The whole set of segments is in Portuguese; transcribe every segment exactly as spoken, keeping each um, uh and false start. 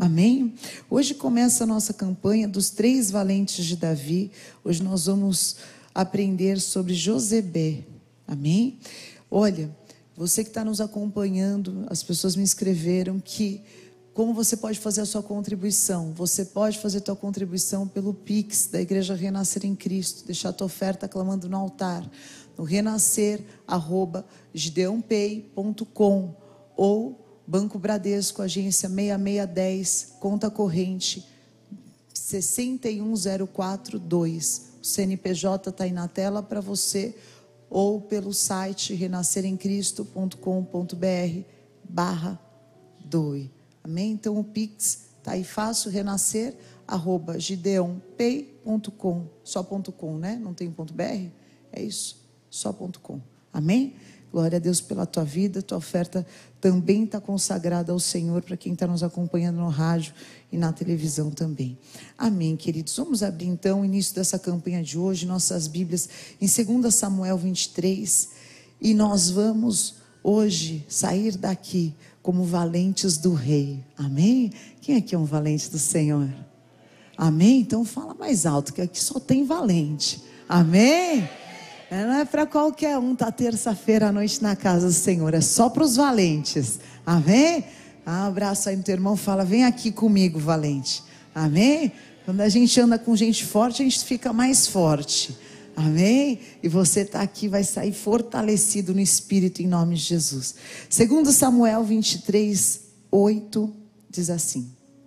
Amém? Hoje começa a nossa campanha dos três valentes de Davi. Hoje nós vamos aprender sobre Josebe. Amém? Olha, você que está nos acompanhando, as pessoas me escreveram que como você pode fazer a sua contribuição. Você pode fazer a sua contribuição pelo Pix da Igreja Renascer em Cristo. Deixar a tua oferta clamando no altar. No renascer arroba gideonpay ponto com ou Banco Bradesco, agência seis seis um zero, conta corrente seis um zero quatro dois. O C N P J está aí na tela para você, ou pelo site renasceremcristo ponto com ponto br barra doe. Amém? Então o Pix está aí fácil, renascer arroba gideonpay ponto com, só ponto com, né? Não tem ponto br? É isso, só ponto com. Amém? Glória a Deus pela tua vida, tua oferta também está consagrada ao Senhor, para quem está nos acompanhando no rádio e na televisão também. Amém, queridos. Vamos abrir então o início dessa campanha de hoje, nossas Bíblias, em dois Samuel vinte e três, e nós vamos hoje sair daqui como valentes do Rei. Amém? Quem aqui é um valente do Senhor? Amém? Então fala mais alto, que aqui só tem valente. Amém? Não é para qualquer um estar tá terça-feira à noite na casa do Senhor. É só para os valentes. Amém? Ah, um abraço aí no teu irmão. Fala, vem aqui comigo, valente. Amém? Quando a gente anda com gente forte, a gente fica mais forte. Amém? E você está aqui, vai sair fortalecido no Espírito, em nome de Jesus. Segundo Samuel vinte e três, oito, diz assim.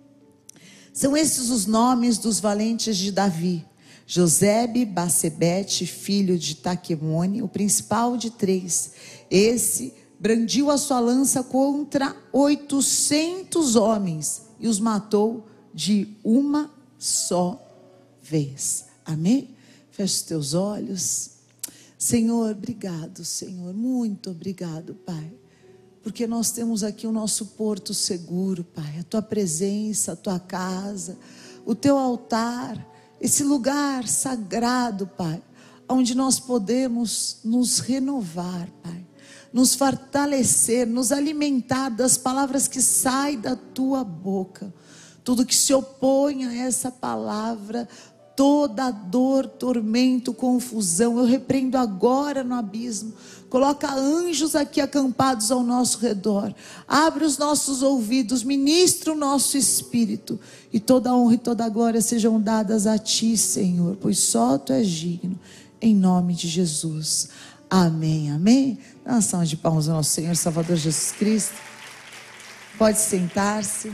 São esses os nomes dos valentes de Davi. Josebe, Basebete, filho de Taquemone, o principal de três. Esse brandiu a sua lança contra oitocentos homens e os matou de uma só vez. Amém? Feche os teus olhos. Senhor, obrigado, Senhor. Muito obrigado, Pai. Porque nós temos aqui o nosso porto seguro, Pai. A tua presença, a tua casa, o teu altar. Esse lugar sagrado, Pai, onde nós podemos nos renovar, Pai, nos fortalecer, nos alimentar das palavras que saem da tua boca. Tudo que se opõe a essa palavra, toda dor, tormento, confusão, eu repreendo agora no abismo. Coloca anjos aqui acampados ao nosso redor. Abre os nossos ouvidos, ministra o nosso espírito. E toda honra e toda glória sejam dadas a ti, Senhor, pois só tu és digno. Em nome de Jesus. Amém, amém. Dá uma salva de palmas ao nosso Senhor Salvador Jesus Cristo. Pode sentar-se.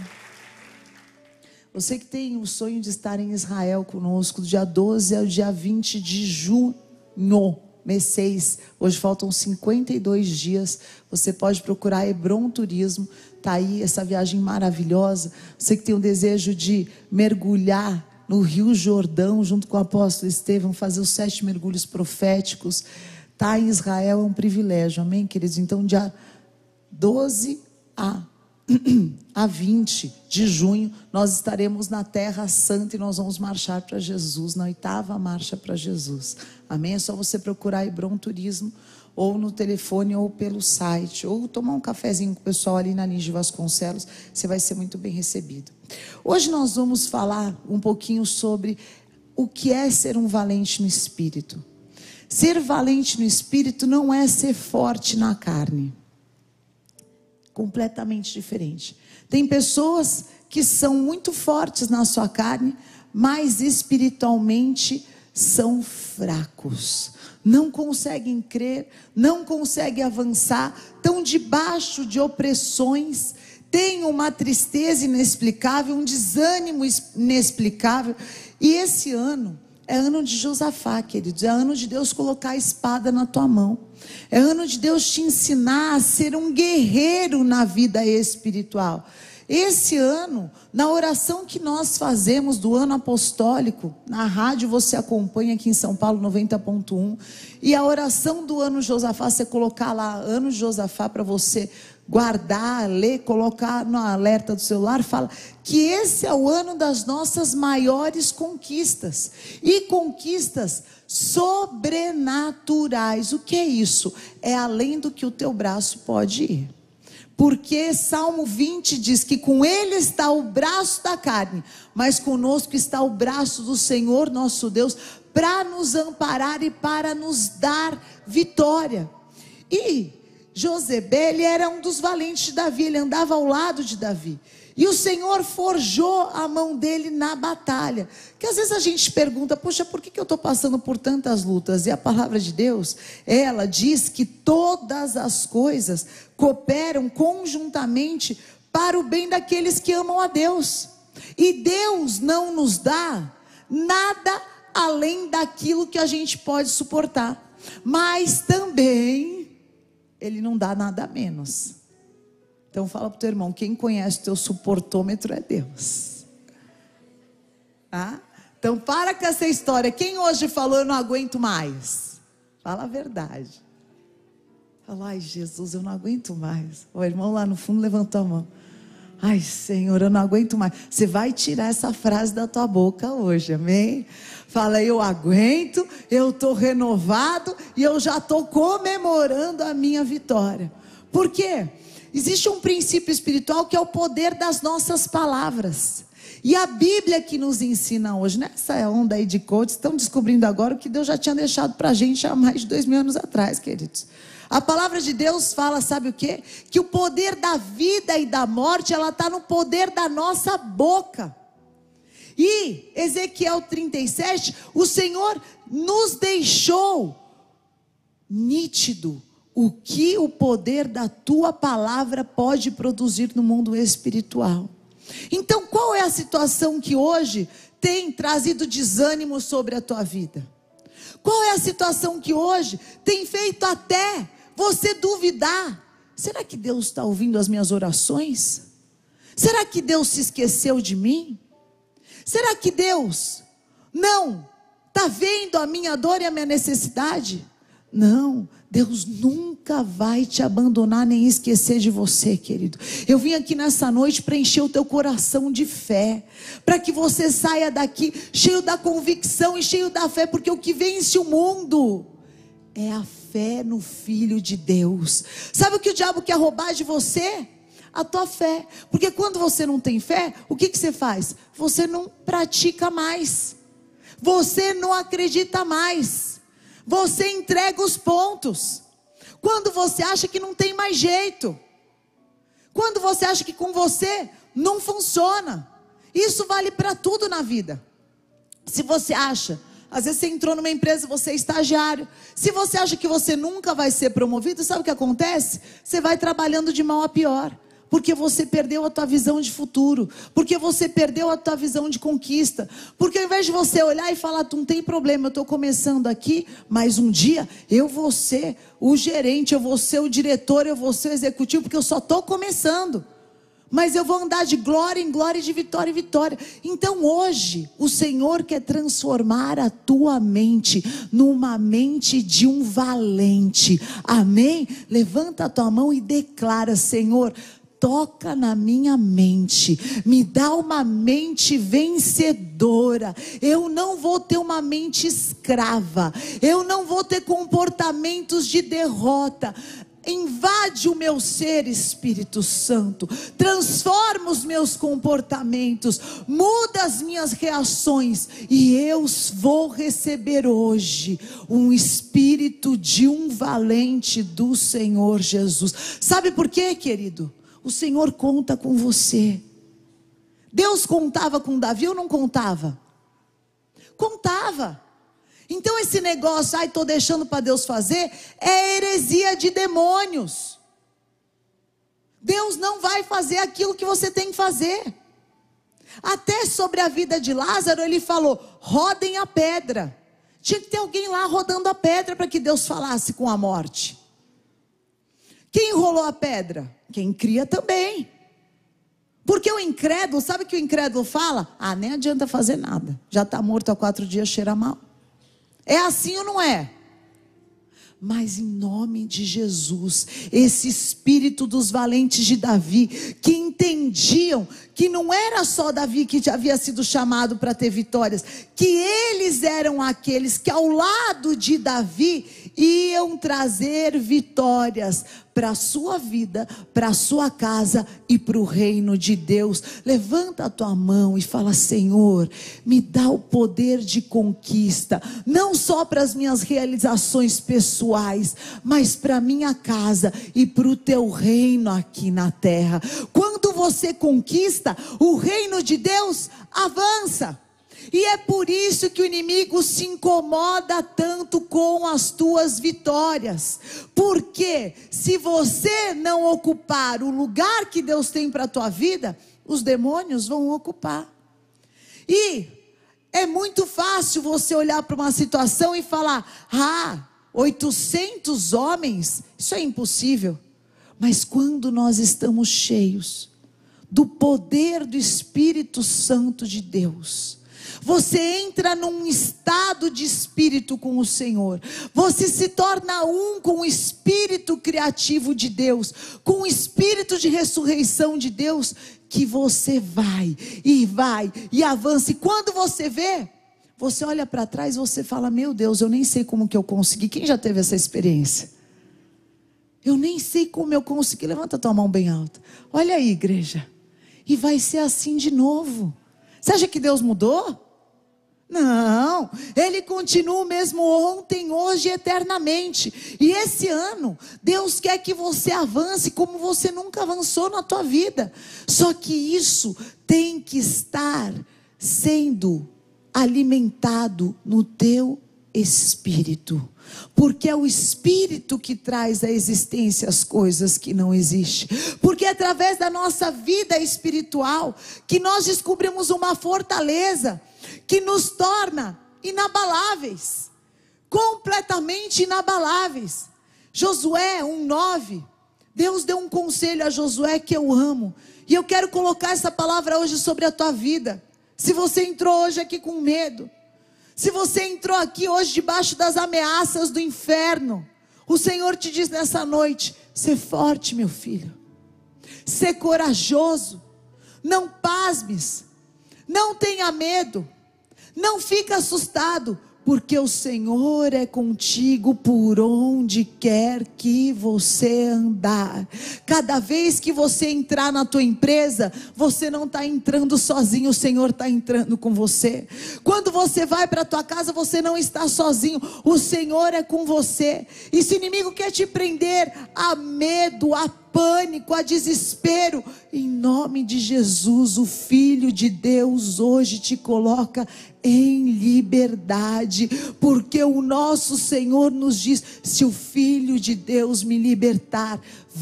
Você que tem o sonho de estar em Israel conosco, do dia doze ao dia vinte de junho, mês seis, hoje faltam cinquenta e dois dias, você pode procurar Hebron Turismo, está aí essa viagem maravilhosa. Você que tem o desejo de mergulhar no Rio Jordão, junto com o apóstolo Estevão, fazer os sete mergulhos proféticos, está em Israel, é um privilégio, amém, queridos? Então, dia doze a a vinte de junho, nós estaremos na Terra Santa e nós vamos marchar para Jesus, na oitava marcha para Jesus. Amém? É só você procurar Hebron Turismo, ou no telefone, ou pelo site, ou tomar um cafezinho com o pessoal ali na Ninja Vasconcelos, você vai ser muito bem recebido. Hoje nós vamos falar um pouquinho sobre o que é ser um valente no Espírito. Ser valente no Espírito não é ser forte na carne. Completamente diferente. Tem pessoas que são muito fortes na sua carne, mas espiritualmente são fracos. Não conseguem crer, não conseguem avançar, estão debaixo de opressões, têm uma tristeza inexplicável, um desânimo inexplicável. E esse ano é ano de Josafá, queridos. É ano de Deus colocar a espada na tua mão. É ano de Deus te ensinar a ser um guerreiro na vida espiritual. Esse ano, na oração que nós fazemos do ano apostólico, na rádio você acompanha aqui em São Paulo noventa ponto um, e a oração do ano Josafá, você colocar lá, ano Josafá, para você guardar, ler, colocar no alerta do celular, fala que esse é o ano das nossas maiores conquistas, e conquistas sobrenaturais. O que é isso? É além do que o teu braço pode ir. Porque Salmo vinte diz que com ele está o braço da carne, mas conosco está o braço do Senhor nosso Deus, para nos amparar e para nos dar vitória. E Josebé, ele era um dos valentes de Davi, ele andava ao lado de Davi. E o Senhor forjou a mão dele na batalha. Que às vezes a gente pergunta, poxa, por que, que eu estou passando por tantas lutas? E a palavra de Deus, ela diz que todas as coisas cooperam conjuntamente para o bem daqueles que amam a Deus. E Deus não nos dá nada além daquilo que a gente pode suportar. Mas também, Ele não dá nada a menos. Então fala para o teu irmão, quem conhece o teu suportômetro é Deus. Tá? Então para com essa história. Quem hoje falou, eu não aguento mais? Fala a verdade. Fala, ai Jesus, eu não aguento mais. O irmão lá no fundo levantou a mão. Ai Senhor, eu não aguento mais. Você vai tirar essa frase da tua boca hoje, amém? Fala, eu aguento, eu estou renovado e eu já estou comemorando a minha vitória. Por quê? Existe um princípio espiritual que é o poder das nossas palavras. E a Bíblia que nos ensina hoje, nessa onda aí de coaches, estão descobrindo agora o que Deus já tinha deixado para a gente há mais de dois mil anos atrás, queridos. A palavra de Deus fala, sabe o quê? Que o poder da vida e da morte, ela está no poder da nossa boca. E Ezequiel trinta e sete, o Senhor nos deixou nítido o que o poder da tua palavra pode produzir no mundo espiritual. Então, qual é a situação que hoje tem trazido desânimo sobre a tua vida? Qual é a situação que hoje tem feito até você duvidar? Será que Deus está ouvindo as minhas orações? Será que Deus se esqueceu de mim? Será que Deus não está vendo a minha dor e a minha necessidade? Não, Deus nunca vai te abandonar nem esquecer de você, querido. Eu vim aqui nessa noite para encher o teu coração de fé, para que você saia daqui cheio da convicção e cheio da fé, porque o que vence o mundo é a fé no Filho de Deus. Sabe o que o diabo quer roubar de você? A tua fé. Porque quando você não tem fé, o que, que você faz? Você não pratica mais, você não acredita mais, você entrega os pontos. Quando você acha que não tem mais jeito, quando você acha que com você não funciona. Isso vale para tudo na vida. Se você acha, às vezes você entrou numa empresa, você é estagiário, se você acha que você nunca vai ser promovido, sabe o que acontece? Você vai trabalhando de mal a pior, porque você perdeu a tua visão de futuro, porque você perdeu a tua visão de conquista, porque ao invés de você olhar e falar, não tem problema, eu estou começando aqui, mas um dia eu vou ser o gerente, eu vou ser o diretor, eu vou ser o executivo, porque eu só estou começando, mas eu vou andar de glória em glória, de vitória em vitória. Então hoje, o Senhor quer transformar a tua mente numa mente de um valente, amém? Levanta a tua mão e declara, Senhor, toca na minha mente, me dá uma mente vencedora. Eu não vou ter uma mente escrava, eu não vou ter comportamentos de derrota. Invade o meu ser, Espírito Santo, transforma os meus comportamentos, muda as minhas reações, e eu vou receber hoje um espírito de um valente do Senhor Jesus. Sabe por quê, querido? O Senhor conta com você. Deus contava com Davi ou não contava? Contava. Então esse negócio, ai, estou deixando para Deus fazer, é heresia de demônios. Deus não vai fazer aquilo que você tem que fazer. Até sobre a vida de Lázaro, ele falou, rodem a pedra. Tinha que ter alguém lá rodando a pedra para que Deus falasse com a morte. Quem rolou a pedra? Quem cria também. Porque o incrédulo, sabe o que o incrédulo fala? Ah, nem adianta fazer nada, já está morto há quatro dias, cheira mal. É assim ou não é? Mas em nome de Jesus, esse espírito dos valentes de Davi, que entendiam que não era só Davi que havia sido chamado para ter vitórias, que eles eram aqueles que ao lado de Davi iam trazer vitórias para a sua vida, para a sua casa e para o reino de Deus. Levanta a tua mão e fala: Senhor, me dá o poder de conquista, não só para as minhas realizações pessoais, mas para a minha casa e para o teu reino aqui na terra. Quando você conquista, o reino de Deus avança. E é por isso que o inimigo se incomoda tanto com as tuas vitórias. Porque se você não ocupar o lugar que Deus tem para a tua vida, os demônios vão ocupar. E é muito fácil você olhar para uma situação e falar: ah, oitocentos homens, isso é impossível. Mas quando nós estamos cheios do poder do Espírito Santo de Deus, você entra num estado de espírito com o Senhor. Você se torna um com o espírito criativo de Deus, com o espírito de ressurreição de Deus, que você vai e vai e avança. E quando você vê, você olha para trás e você fala: meu Deus, eu nem sei como que eu consegui. Quem já teve essa experiência? Eu nem sei como eu consegui. Levanta a tua mão bem alta. Olha aí, igreja. E vai ser assim de novo. Você acha que Deus mudou? Não, Ele continua o mesmo ontem, hoje e eternamente. E esse ano, Deus quer que você avance como você nunca avançou na tua vida. Só que isso tem que estar sendo alimentado no teu espírito. Porque é o Espírito que traz à existência as coisas que não existem. Porque é através da nossa vida espiritual que nós descobrimos uma fortaleza que nos torna inabaláveis, completamente inabaláveis. Josué um, nove, Deus deu um conselho a Josué que eu amo, e eu quero colocar essa palavra hoje sobre a tua vida. Se você entrou hoje aqui com medo, se você entrou aqui hoje debaixo das ameaças do inferno, o Senhor te diz nessa noite: sê forte, meu filho, sê corajoso, não pasmes, não tenha medo, não fica assustado, porque o Senhor é contigo por onde quer que você andar. Cada vez que você entrar na tua empresa, você não está entrando sozinho, o Senhor está entrando com você. Quando você vai para a tua casa, você não está sozinho, o Senhor é com você. E se o inimigo quer te prender a medo, a pânico, a desespero, em nome de Jesus, o Filho de Deus hoje te coloca em liberdade, porque o nosso Senhor nos diz: se o Filho de Deus me libertar,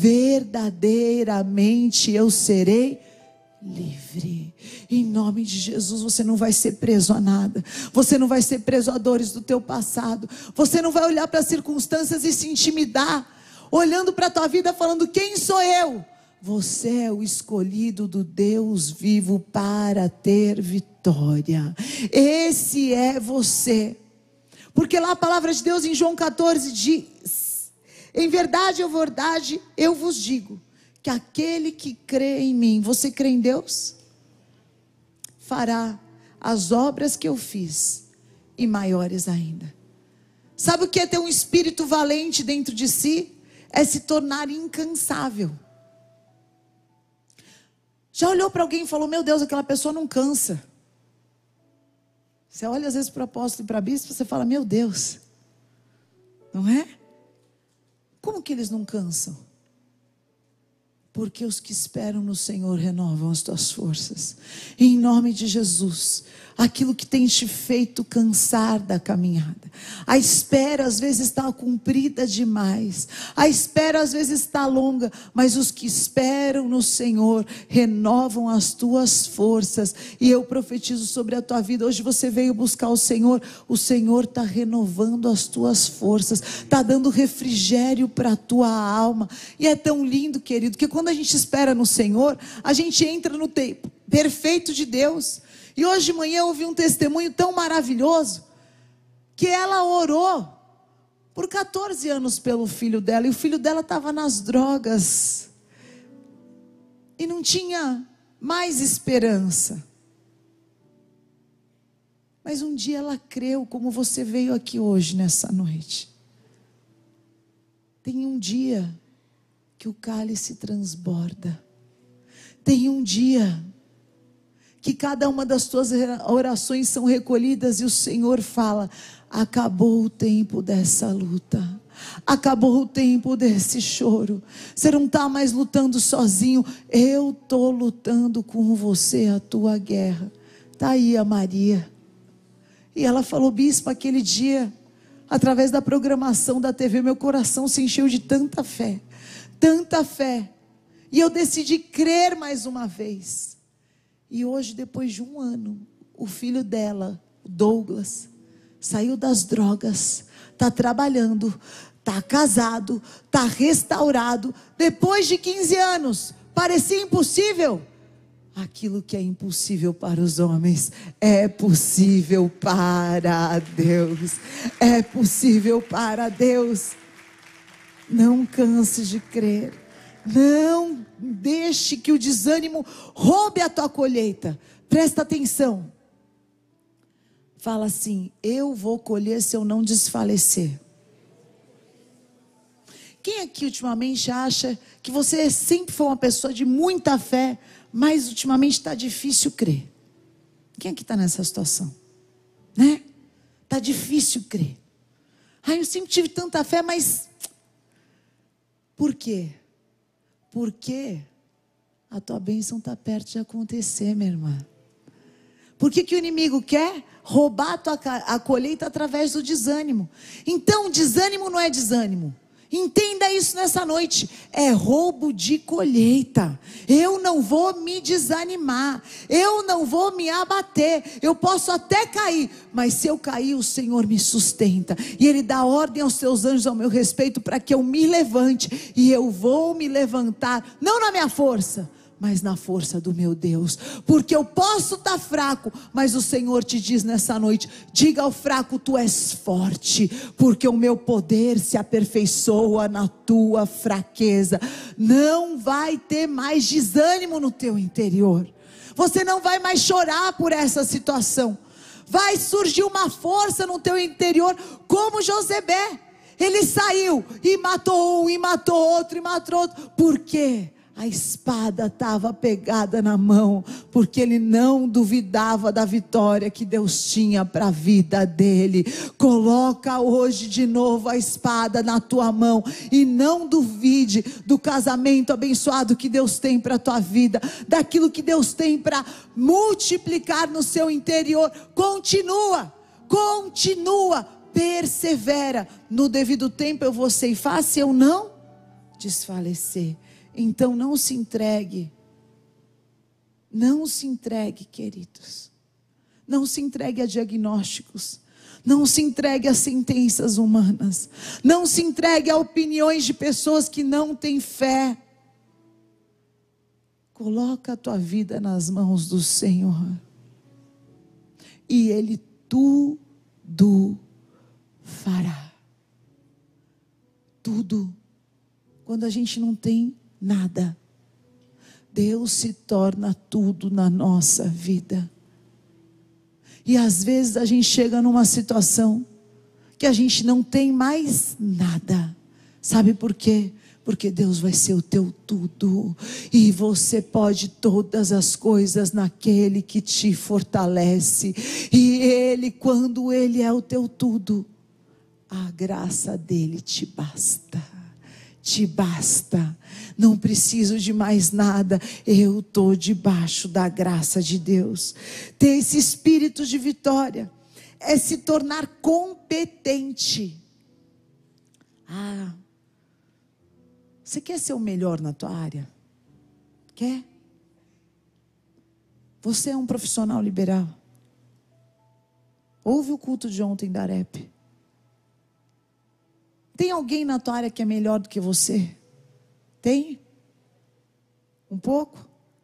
verdadeiramente eu serei livre. Em nome de Jesus, você não vai ser preso a nada, você não vai ser preso a dores do teu passado, você não vai olhar para as circunstâncias e se intimidar, olhando para a tua vida falando: quem sou eu? Você é o escolhido do Deus vivo para ter vitória. Esse é você. Porque lá a palavra de Deus em João catorze diz: em verdade, em verdade, eu vos digo, que aquele que crê em mim, você crê em Deus? Fará as obras que eu fiz e maiores ainda. Sabe o que é ter um espírito valente dentro de si? É se tornar incansável. Já olhou para alguém e falou: meu Deus, aquela pessoa não cansa. Você olha às vezes para o apóstolo e para a bispa, você fala: meu Deus, não é? Como que eles não cansam? Porque os que esperam no Senhor renovam as tuas forças. E em nome de Jesus, aquilo que tem te feito cansar da caminhada, a espera às vezes está comprida demais, a espera às vezes está longa, mas os que esperam no Senhor renovam as tuas forças. E eu profetizo sobre a tua vida. Hoje você veio buscar o Senhor, o Senhor está renovando as tuas forças, está dando refrigério para a tua alma. E é tão lindo, querido, que quando a gente espera no Senhor, a gente entra no tempo perfeito de Deus. E hoje de manhã eu ouvi um testemunho tão maravilhoso, que ela orou por quatorze anos pelo filho dela, e o filho dela estava nas drogas, e não tinha mais esperança. Mas um dia ela creu, como você veio aqui hoje nessa noite. Tem um dia que o cálice transborda. Tem um dia que cada uma das tuas orações são recolhidas e o Senhor fala: acabou o tempo dessa luta. Acabou o tempo desse choro. Você não está mais lutando sozinho. Eu estou lutando com você a tua guerra. Está aí a Maria. E ela falou: bispo, aquele dia, através da programação da T V, meu coração se encheu de tanta fé. Tanta fé. E eu decidi crer mais uma vez. E hoje, depois de um ano, o filho dela, Douglas, saiu das drogas, está trabalhando, está casado, está restaurado. Depois de quinze anos, parecia impossível. Aquilo que é impossível para os homens é possível para Deus. É possível para Deus. Não canse de crer. Não deixe que o desânimo roube a tua colheita. Presta atenção. Fala assim: eu vou colher se eu não desfalecer. Quem aqui ultimamente acha que você sempre foi uma pessoa de muita fé, mas ultimamente está difícil crer? Quem aqui está nessa situação? Né? Está difícil crer. Ai, eu sempre tive tanta fé, mas... Por quê? Porque a tua bênção está perto de acontecer, minha irmã. Por que que o inimigo quer roubar a tua a colheita através do desânimo? Então, desânimo não é desânimo. Entenda isso nessa noite. É roubo de colheita. Eu não vou me desanimar. Eu não vou me abater. Eu posso até cair, mas se eu cair, o Senhor me sustenta. E Ele dá ordem aos seus anjos ao meu respeito para que eu me levante. E eu vou me levantar, não na minha força, mas na força do meu Deus. Porque eu posso estar fraco, mas o Senhor te diz nessa noite: diga ao fraco, tu és forte, porque o meu poder se aperfeiçoa na tua fraqueza. Não vai ter mais desânimo no teu interior. Você não vai mais chorar por essa situação. Vai surgir uma força no teu interior, como Josebé. Ele saiu e matou um, e matou outro, e matou outro. Por quê? A espada estava pegada na mão, porque ele não duvidava da vitória que Deus tinha para a vida dele. Coloca hoje de novo a espada na tua mão e não duvide do casamento abençoado que Deus tem para a tua vida, daquilo que Deus tem para multiplicar no seu interior. Continua, continua, persevera. No devido tempo eu vou ceifar, se eu não desfalecer. Então não se entregue, não se entregue, queridos, não se entregue a diagnósticos, não se entregue a sentenças humanas, não se entregue a opiniões de pessoas que não têm fé. Coloca a tua vida nas mãos do Senhor, e Ele tudo fará, tudo. Quando a gente não tem nada, Deus se torna tudo na nossa vida. E às vezes a gente chega numa situação que a gente não tem mais nada. Sabe por quê? Porque Deus vai ser o teu tudo. E você pode todas as coisas naquele que te fortalece. E Ele, quando Ele é o teu tudo, a graça dele te basta. Te basta, não preciso de mais nada, eu estou debaixo da graça de Deus. Ter esse espírito de vitória é se tornar competente. Ah, você quer ser o melhor na tua área? Quer? Você é um profissional liberal. Ouve o culto de ontem da Arep. Tem alguém na tua área que é melhor do que você? Tem? Um pouco?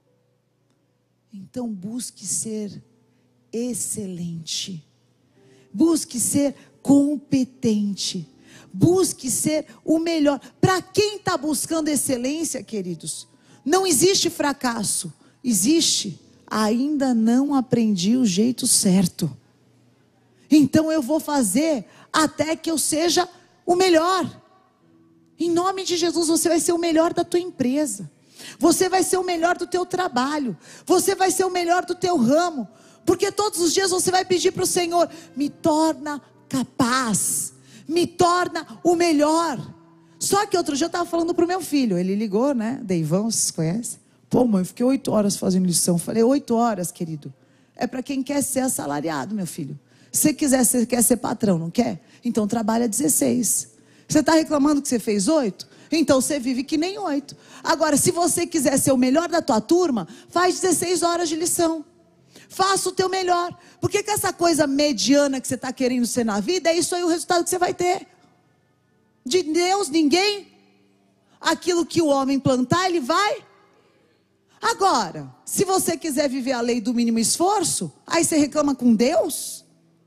Então busque ser excelente. Busque ser competente. Busque ser o melhor. Para quem está buscando excelência, queridos, não existe fracasso. Existe, ainda não aprendi o jeito certo. Então eu vou fazer até que eu seja o melhor. Em nome de Jesus, você vai ser o melhor da tua empresa. Você vai ser o melhor do teu trabalho. Você vai ser o melhor do teu ramo. Porque todos os dias você vai pedir para o Senhor: me torna capaz, me torna o melhor. Só que outro dia eu estava falando para o meu filho. Ele ligou, né? Deivão, vocês conhecem? Pô, mãe, fiquei oito horas fazendo lição. Falei: oito horas, querido, é para quem quer ser assalariado, meu filho. Se você quiser, você quer ser patrão, não quer? Então trabalha dezesseis. Você está reclamando que você fez oito? Então você vive que nem oito. Agora, se você quiser ser o melhor da tua turma, faz dezesseis horas de lição. Faça o teu melhor. Porque que essa coisa mediana que você está querendo ser na vida, é isso aí o resultado que você vai ter. De Deus, ninguém. Aquilo que o homem plantar, ele vai. Agora, se você quiser viver a lei do mínimo esforço, aí você reclama com Deus?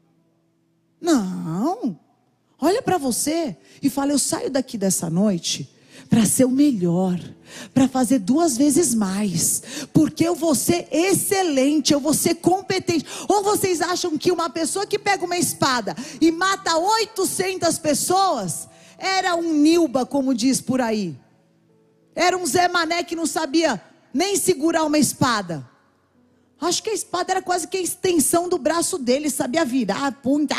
Não. Olha para você e fala: eu saio daqui dessa noite para ser o melhor, para fazer duas vezes mais, porque eu vou ser excelente, eu vou ser competente. Ou vocês acham que uma pessoa que pega uma espada e mata oitocentas pessoas era um Nilba, como diz por aí? Era um Zé Mané que não sabia nem segurar uma espada. Acho que a espada era quase que a extensão do braço dele, sabia virar, punta.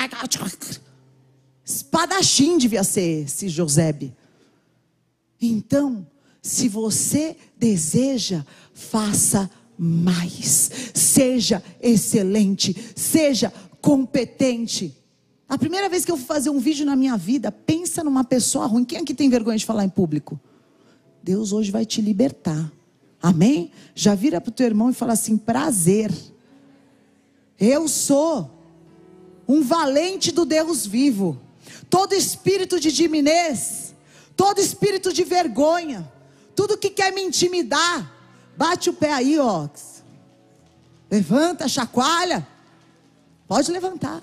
Espadachim devia ser esse Josebe. Então, se você deseja, faça mais. Seja excelente, seja competente. A primeira vez que eu fui fazer um vídeo na minha vida, pensa numa pessoa ruim. Quem aqui tem vergonha de falar em público? Deus hoje vai te libertar. Amém? Já vira para o teu irmão e fala assim: prazer. Eu sou um valente do Deus vivo. Todo espírito de timidez, todo espírito de vergonha, tudo que quer me intimidar, bate o pé aí, ó. Levanta, chacoalha. Pode levantar.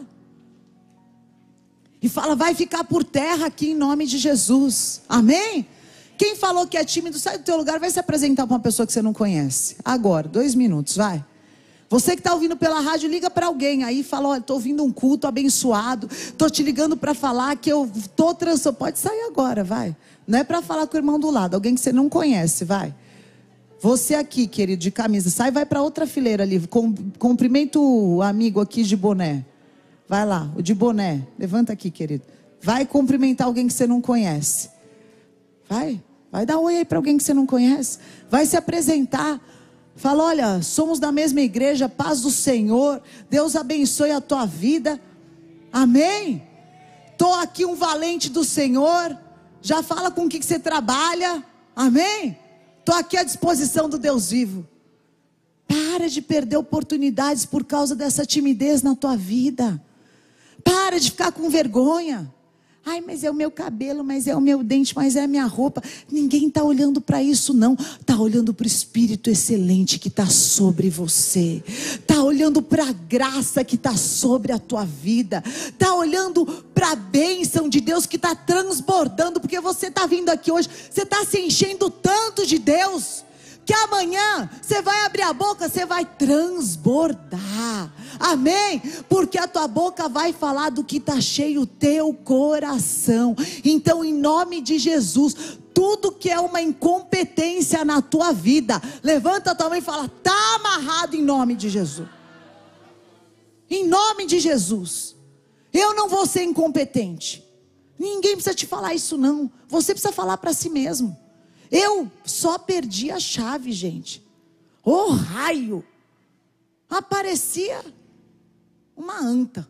E fala: vai ficar por terra aqui em nome de Jesus. Amém? Quem falou que é tímido, sai do teu lugar, vai se apresentar para uma pessoa que você não conhece. Agora, dois minutos, vai. Você que está ouvindo pela rádio, liga para alguém aí e fala: olha, estou ouvindo um culto abençoado, estou te ligando para falar que eu estou transformando. Pode sair agora, vai. Não é para falar com o irmão do lado, alguém que você não conhece, vai. Você aqui, querido, de camisa, sai, vai para outra fileira ali. Cumprimenta o amigo aqui de boné. Vai lá, o de boné. Levanta aqui, querido. Vai cumprimentar alguém que você não conhece. Vai, vai dar oi aí para alguém que você não conhece. Vai se apresentar. Fala: olha, somos da mesma igreja, paz do Senhor, Deus abençoe a tua vida. Amém? Estou aqui um valente do Senhor. Já fala com o que você trabalha. Amém? Estou aqui à disposição do Deus vivo. Para de perder oportunidades por causa dessa timidez na tua vida. Para de ficar com vergonha. Ai, mas é o meu cabelo, mas é o meu dente, mas é a minha roupa. Ninguém está olhando para isso não. Está olhando para o Espírito excelente que está sobre você. Está olhando para a graça que está sobre a tua vida. Está olhando para a bênção de Deus que está transbordando. Porque você está vindo aqui hoje, você está se enchendo tanto de Deus, que amanhã você vai abrir a boca, você vai transbordar. Amém? Porque a tua boca vai falar do que está cheio o teu coração. Então, em nome de Jesus, tudo que é uma incompetência na tua vida, levanta a tua mão e fala: está amarrado em nome de Jesus. Em nome de Jesus. Eu não vou ser incompetente. Ninguém precisa te falar isso não. Você precisa falar para si mesmo. Eu só perdi a chave, gente. Oh, raio! Aparecia uma anta.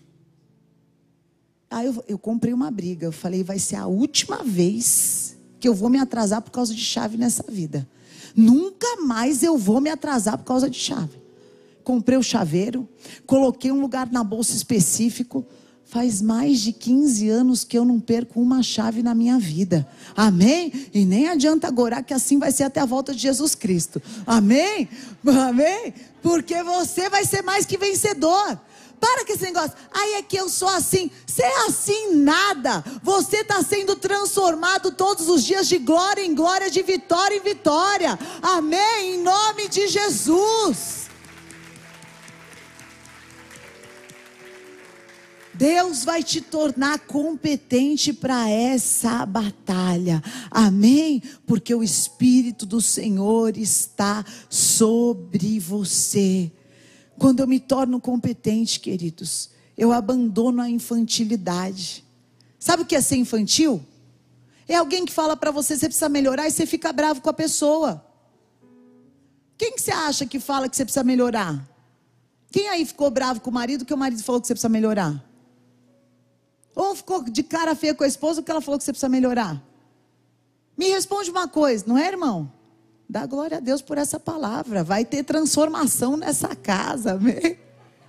Aí eu, eu comprei uma briga. Eu falei: vai ser a última vez que eu vou me atrasar por causa de chave nessa vida. Nunca mais eu vou me atrasar por causa de chave. Comprei o chaveiro, coloquei um lugar na bolsa específico. Faz mais de quinze anos que eu não perco uma chave na minha vida. Amém? E nem adianta agora, que assim vai ser até a volta de Jesus Cristo. Amém? Amém? Porque você vai ser mais que vencedor. Para com esse negócio: ai, é que eu sou assim. Você é assim nada. Você está sendo transformado todos os dias de glória em glória, de vitória em vitória. Amém? Em nome de Jesus. Deus vai te tornar competente para essa batalha. Amém? Porque o Espírito do Senhor está sobre você. Quando eu me torno competente, queridos, eu abandono a infantilidade. Sabe o que é ser infantil? É alguém que fala para você, você precisa melhorar, e você fica bravo com a pessoa. Quem que você acha que fala que você precisa melhorar? Quem aí ficou bravo com o marido, que o marido falou que você precisa melhorar? Ou ficou de cara feia com a esposa, porque ela falou que você precisa melhorar? Me responde uma coisa, não é, irmão? Dá glória a Deus por essa palavra. Vai ter transformação nessa casa, amém?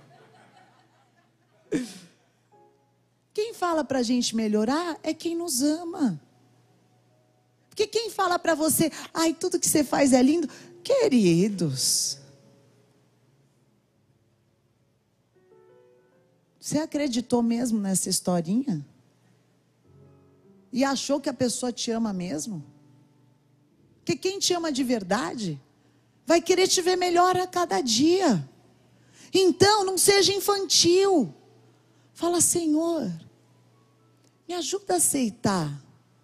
Quem fala para a gente melhorar é quem nos ama. Porque quem fala para você, ai, tudo que você faz é lindo, queridos, você acreditou mesmo nessa historinha? E achou que a pessoa te ama mesmo? Porque quem te ama de verdade vai querer te ver melhor a cada dia. Então não seja infantil. Fala, Senhor, me ajuda a aceitar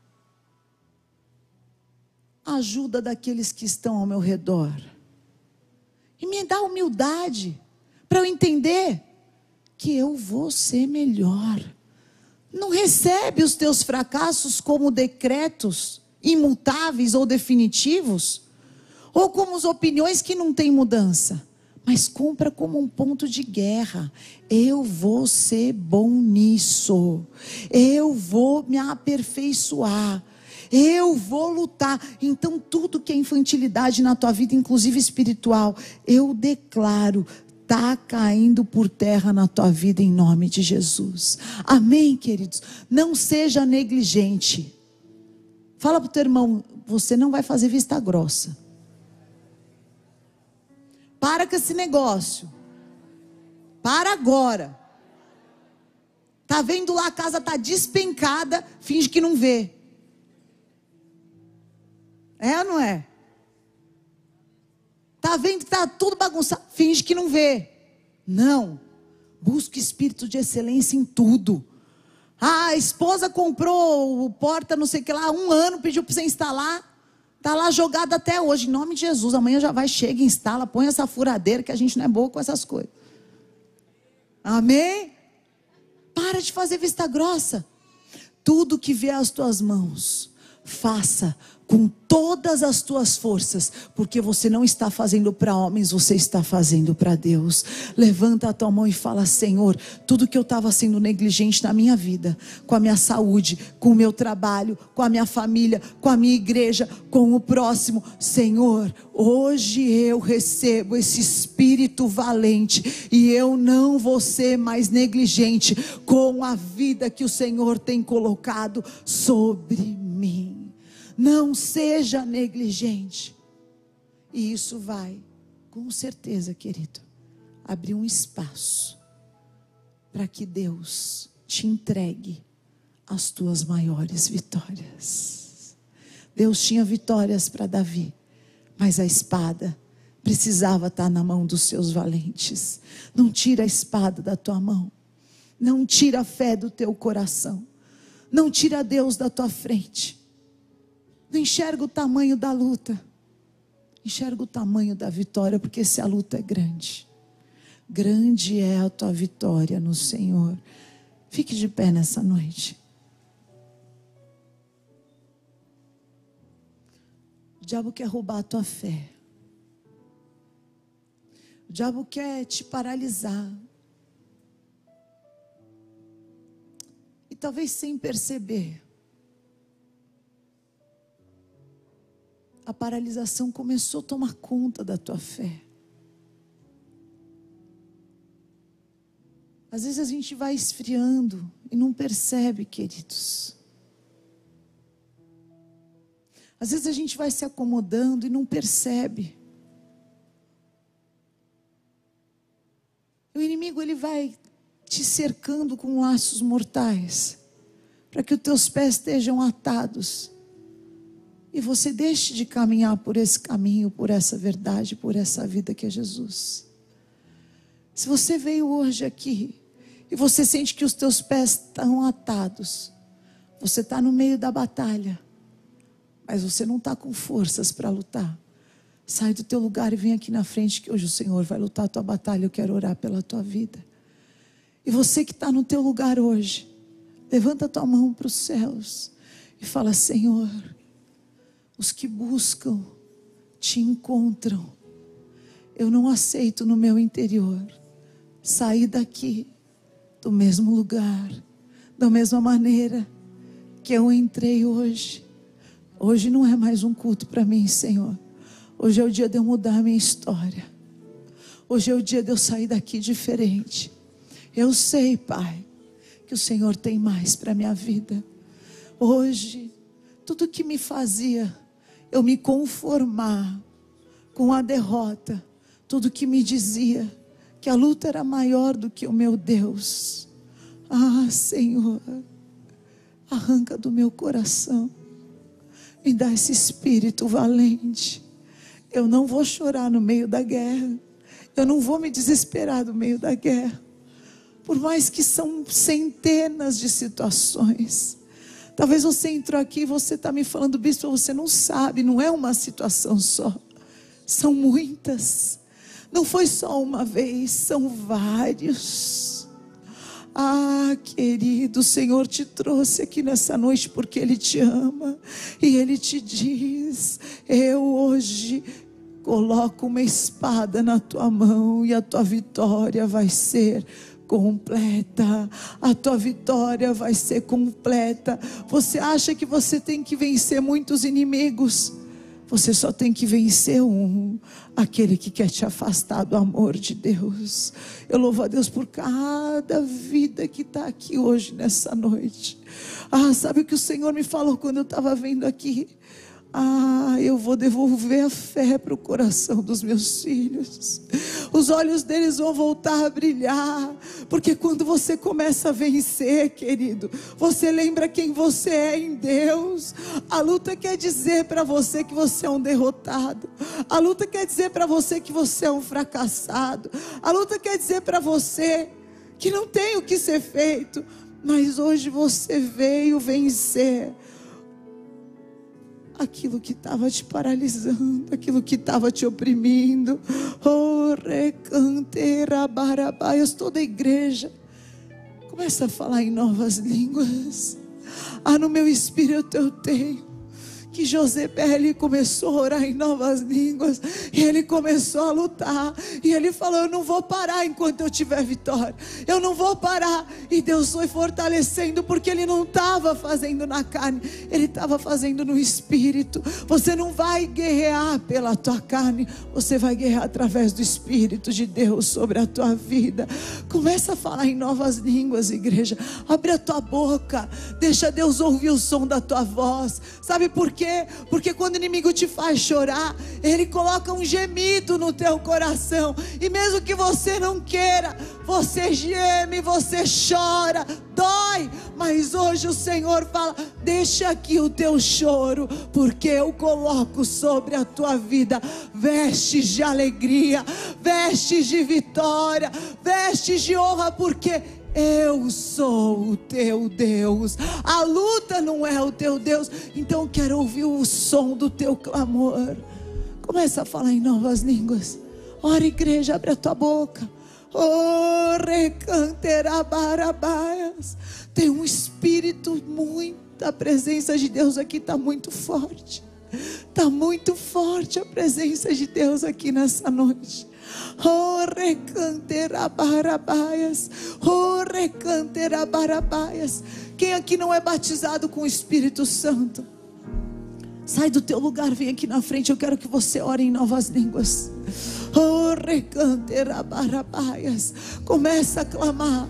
a ajuda daqueles que estão ao meu redor. E me dá humildade para eu entender que eu vou ser melhor. Não recebe os teus fracassos como decretos imutáveis ou definitivos, ou como as opiniões que não têm mudança, mas compra como um ponto de guerra. Eu vou ser bom nisso, eu vou me aperfeiçoar, eu vou lutar. Então tudo que é infantilidade na tua vida, inclusive espiritual, eu declaro, está caindo por terra na tua vida em nome de Jesus. Amém, queridos? Não seja negligente. Fala para o teu irmão, você não vai fazer vista grossa. Para com esse negócio. Para agora. Tá vendo lá, a casa tá despencada, finge que não vê. É ou não é? Tá vendo que tá tudo bagunçado, finge que não vê. Não. Busca espírito de excelência em tudo. Ah, a esposa comprou o porta não sei o que lá, um ano, pediu para você instalar. Está lá jogado até hoje, em nome de Jesus. Amanhã já vai, chega, instala, põe essa furadeira, que a gente não é boa com essas coisas. Amém? Para de fazer vista grossa. Tudo que vier às tuas mãos, faça com todas as tuas forças, porque você não está fazendo para homens, você está fazendo para Deus. Levanta a tua mão e fala, Senhor, tudo que eu estava sendo negligente na minha vida, com a minha saúde, com o meu trabalho, com a minha família, com a minha igreja, com o próximo, Senhor, hoje eu recebo esse espírito valente, e eu não vou ser mais negligente com a vida que o Senhor tem colocado sobre mim. Não seja negligente. E isso vai, com certeza, querido, abrir um espaço para que Deus te entregue as tuas maiores vitórias. Deus tinha vitórias para Davi, mas a espada precisava estar na mão dos seus valentes. Não tira a espada da tua mão. Não tira a fé do teu coração. Não tira Deus da tua frente. Não enxerga o tamanho da luta. Enxerga o tamanho da vitória, porque se a luta é grande, grande é a tua vitória no Senhor. Fique de pé nessa noite. O diabo quer roubar a tua fé. O diabo quer te paralisar. E talvez sem perceber, a paralisação começou a tomar conta da tua fé. Às vezes a gente vai esfriando e não percebe, queridos. Às vezes a gente vai se acomodando e não percebe. O inimigo, ele vai te cercando com laços mortais, para que os teus pés estejam atados. E você deixe de caminhar por esse caminho, por essa verdade, por essa vida que é Jesus. Se você veio hoje aqui, e você sente que os teus pés estão atados. Você está no meio da batalha, mas você não está com forças para lutar. Sai do teu lugar e vem aqui na frente, que hoje o Senhor vai lutar a tua batalha. Eu quero orar pela tua vida. E você que está no teu lugar hoje, levanta a tua mão para os céus e fala: Senhor, os que buscam te encontram. Eu não aceito no meu interior sair daqui do mesmo lugar, da mesma maneira que eu entrei hoje. Hoje não é mais um culto para mim, Senhor. Hoje é o dia de eu mudar a minha história. Hoje é o dia de eu sair daqui diferente. Eu sei, Pai, que o Senhor tem mais para a minha vida. Hoje, tudo que me fazia eu me conformar com a derrota, tudo que me dizia que a luta era maior do que o meu Deus, ah, Senhor, arranca do meu coração, me dá esse espírito valente. Eu não vou chorar no meio da guerra, eu não vou me desesperar no meio da guerra, por mais que são centenas de situações. Talvez você entrou aqui e você está me falando: bispo, você não sabe, não é uma situação só, são muitas. Não foi só uma vez, são vários. Ah, querido, o Senhor te trouxe aqui nessa noite porque Ele te ama. E Ele te diz: eu hoje coloco uma espada na tua mão e a tua vitória vai ser completa. A tua vitória vai ser completa. Você acha que você tem que vencer muitos inimigos? Você só tem que vencer um, aquele que quer te afastar do amor de Deus. Eu louvo a Deus por cada vida que está aqui hoje, nessa noite. Ah, sabe o que o Senhor me falou quando eu estava vendo aqui? Ah, eu vou devolver a fé para o coração dos meus filhos. Os olhos deles vão voltar a brilhar. Porque quando você começa a vencer, querido, você lembra quem você é em Deus. A luta quer dizer para você que você é um derrotado. A luta quer dizer para você que você é um fracassado. A luta quer dizer para você que não tem o que ser feito. Mas hoje você veio vencer aquilo que estava te paralisando, aquilo que estava te oprimindo. Oh, recanteira barabaias. Toda a igreja começa a falar em novas línguas. Ah, no meu espírito eu tenho que Josebé, ele começou a orar em novas línguas, e ele começou a lutar, e ele falou: eu não vou parar enquanto eu tiver vitória, eu não vou parar. E Deus foi fortalecendo, porque ele não estava fazendo na carne, ele estava fazendo no espírito. Você não vai guerrear pela tua carne, você vai guerrear através do Espírito de Deus sobre a tua vida. Começa a falar em novas línguas, igreja. Abre a tua boca, deixa Deus ouvir o som da tua voz. Sabe por quê? Porque quando o inimigo te faz chorar, ele coloca um gemido no teu coração, e mesmo que você não queira, você geme, você chora, dói. Mas hoje o Senhor fala: deixa aqui o teu choro, porque eu coloco sobre a tua vida vestes de alegria, vestes de vitória, vestes de honra, porque eu sou o teu Deus. A luta não é o teu Deus. Então eu quero ouvir o som do teu clamor. Começa a falar em novas línguas. Ora, igreja, abre a tua boca. Oh, recanterá barabaias. Tem um espírito muito, a presença de Deus aqui está muito forte. Está muito forte a presença de Deus aqui nessa noite. Oh, recantera barabaias. Oh, recantera barabaias. Quem aqui não é batizado com o Espírito Santo, sai do teu lugar, vem aqui na frente. Eu quero que você ore em novas línguas. Oh, recantera barabaias. Começa a clamar.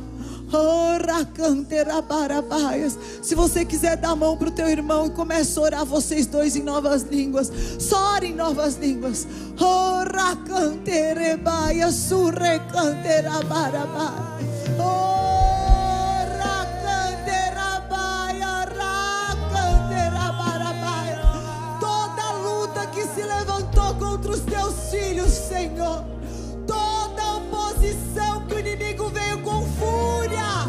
Se você quiser dar a mão para o teu irmão e começa a orar vocês dois em novas línguas, só ore em novas línguas. Oh, racanterebaia, surrecanterabarabá. Oh, racanterabaia, racanterabarabá. Toda luta que se levantou contra os teus filhos, Senhor, toda oposição que o inimigo veio com fúria,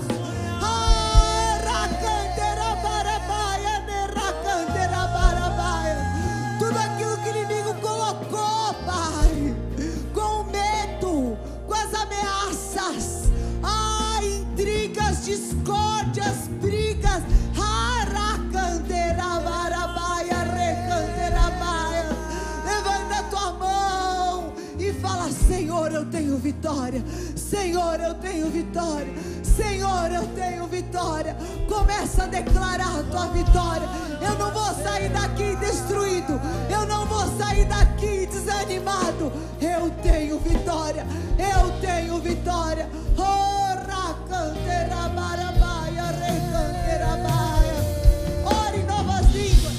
vitória. Senhor, eu tenho vitória. Senhor, eu tenho vitória. Começa a declarar a tua vitória. Eu não vou sair daqui destruído. Eu não vou sair daqui desanimado. Eu tenho vitória. Eu tenho vitória. Oh, racanterabarabaia, recanterabaia. Ore em novas línguas.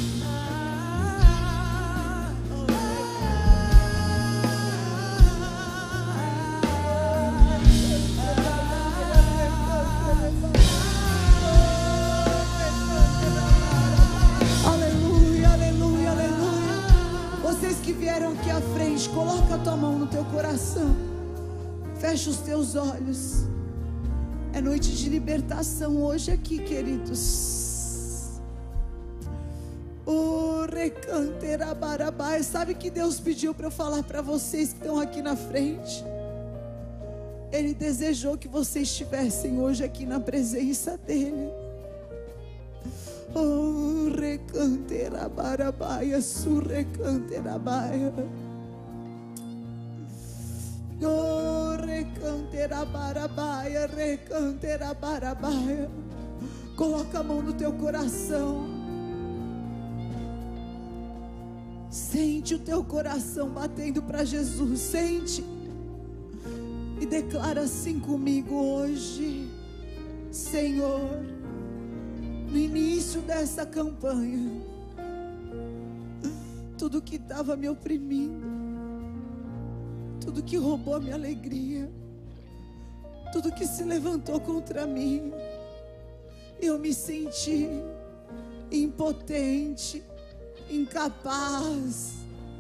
Aleluia, aleluia, aleluia. Vocês que vieram aqui à frente, coloca a tua mão no teu coração. Fecha os teus olhos. É noite de libertação hoje aqui, queridos. O recanterabarabá. Sabe que Deus pediu para eu falar para vocês que estão aqui na frente? Ele desejou que vocês estivessem hoje aqui na presença dEle. Oh, recanterabarabá, surrecanterabaia. Oh, recanterabarabá, recanterabarabá. Coloca a mão no teu coração. Sente o teu coração batendo para Jesus. Sente. E declara assim comigo hoje: Senhor, no início dessa campanha, tudo que estava me oprimindo, tudo que roubou a minha alegria, tudo que se levantou contra mim, eu me senti impotente, incapaz.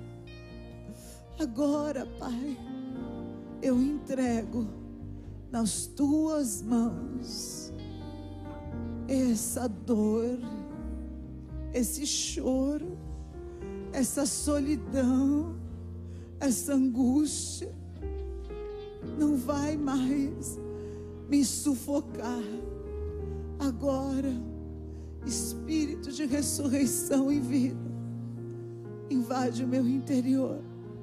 Agora, Pai, eu entrego nas tuas mãos essa dor, esse choro, essa solidão, essa angústia. Não vai mais me sufocar. Agora, Espírito de ressurreição e vida, invade o meu interior.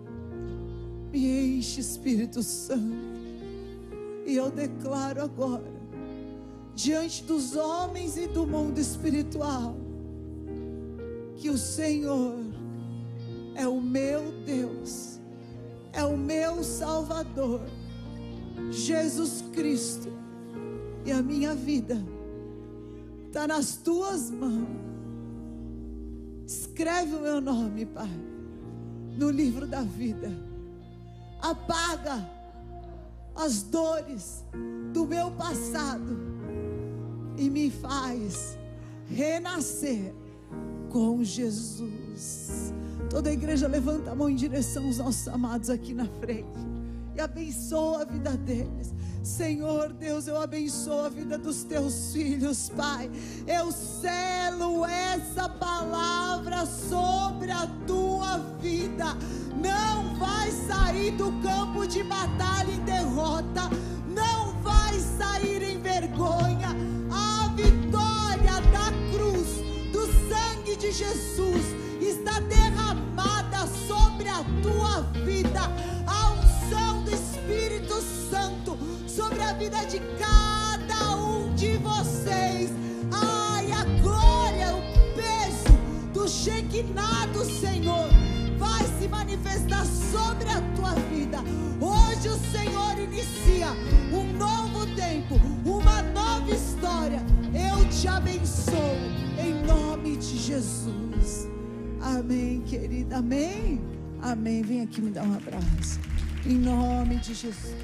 Me enche, Espírito Santo. E eu declaro agora, diante dos homens e do mundo espiritual, que o Senhor é o meu Deus, é o meu Salvador, Jesus Cristo, e a minha vida está nas tuas mãos. Escreve o meu nome, Pai, no livro da vida. Apaga as dores do meu passado e me faz renascer com Jesus. Toda a igreja levanta a mão em direção aos nossos amados aqui na frente e abençoa a vida deles. Senhor Deus, eu abençoo a vida dos teus filhos, Pai. Eu selo essa palavra sobre a tua vida. Não vai sair do campo de batalha em derrota, não vai sair em vergonha. A vitória da cruz, do sangue de Jesus, está derramada sobre a tua vida. A unção do Espírito Santo sobre a vida de cada um de vocês. Ai, a glória, o peso do Shekinah do Senhor vai se manifestar sobre a tua vida. Hoje o Senhor inicia um novo tempo, uma nova história. Eu te abençoo em nome de Jesus. Amém, querida. Amém. Amém. Vem aqui me dar um abraço. Em nome de Jesus.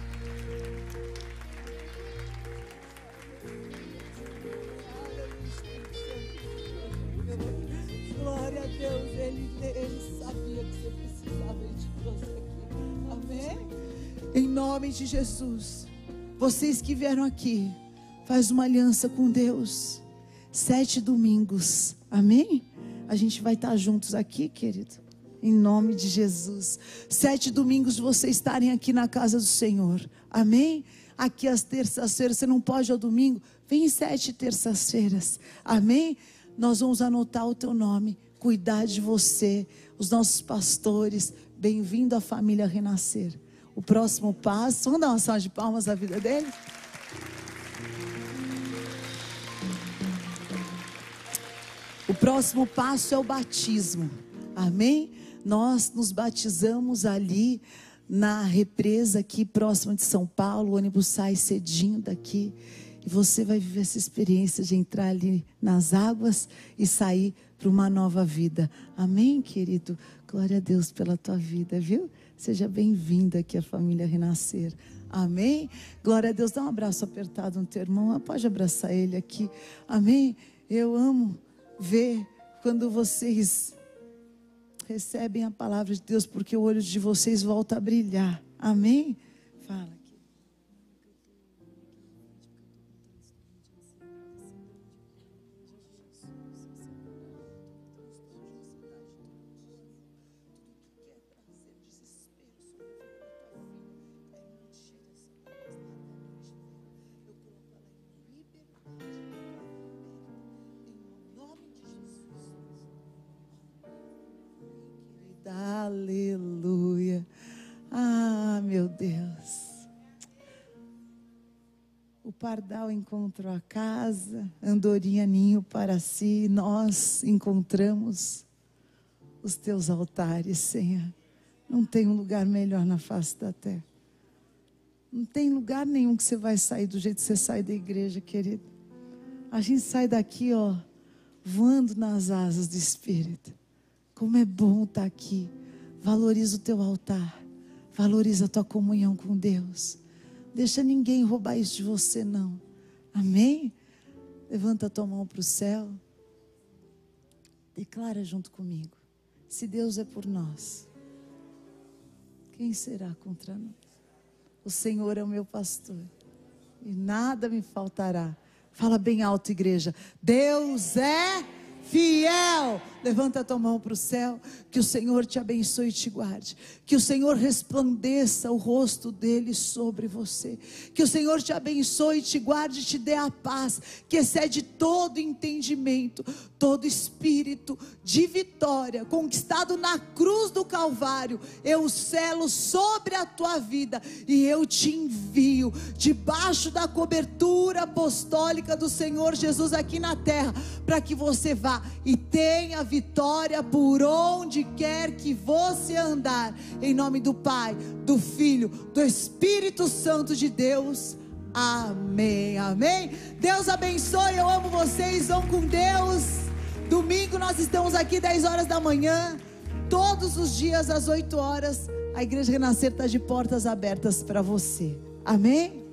Glória a Deus. Ele, ele sabia que você precisava. Ele te trouxe aqui. Amém. Em nome de Jesus. Vocês que vieram aqui, faz uma aliança com Deus. Sete domingos. Amém? A gente vai estar juntos aqui, querido. Em nome de Jesus. Sete domingos vocês estarem aqui na casa do Senhor. Amém? Aqui às terças-feiras. Você não pode ao domingo? Vem em sete terças-feiras. Amém? Nós vamos anotar o teu nome. Cuidar de você. Os nossos pastores. Bem-vindo à família Renascer. o próximo passo. Vamos dar uma salva de palmas à vida dele? O próximo passo é o batismo. Amém? Nós nos batizamos ali na represa aqui próxima de São Paulo. O ônibus sai cedinho daqui. E você vai viver essa experiência de entrar ali nas águas e sair para uma nova vida. Amém, querido? Glória a Deus pela tua vida, viu? Seja bem-vindo aqui à família Renascer. Amém? Glória a Deus. Dá um abraço apertado no teu irmão. Pode abraçar ele aqui. Amém? Eu amo ver quando vocês recebem a palavra de Deus, porque o olho de vocês volta a brilhar. Amém? Fala. Aleluia. Ah, meu Deus. O pardal encontrou a casa, andorinha ninho para si. Nós encontramos os teus altares, Senhor. Não tem um lugar melhor na face da terra. Não tem lugar nenhum que você vai sair do jeito que você sai da igreja, querido. A gente sai daqui, ó, voando nas asas do Espírito. Como é bom estar aqui. Valoriza o teu altar. Valoriza a tua comunhão com Deus. Deixa ninguém roubar isso de você, não. Amém? Levanta a tua mão para o céu. Declara junto comigo. Se Deus é por nós, quem será contra nós? O Senhor é o meu pastor e nada me faltará. Fala bem alto, igreja. Deus é fiel. Levanta a tua mão para o céu. Que o Senhor te abençoe e te guarde. Que o Senhor resplandeça o rosto dele sobre você. Que o Senhor te abençoe, te guarde e te dê a paz que excede todo entendimento, todo espírito de vitória conquistado na cruz do Calvário. Eu selo sobre a tua vida e eu te envio debaixo da cobertura apostólica do Senhor Jesus aqui na terra, para que você vá e tenha vitória por onde quer que você andar, em nome do Pai, do Filho, do Espírito Santo de Deus. Amém, amém. Deus abençoe, eu amo vocês, vão com Deus. Domingo nós estamos aqui dez horas da manhã, todos os dias às oito horas. A Igreja Renascer está de portas abertas para você. Amém?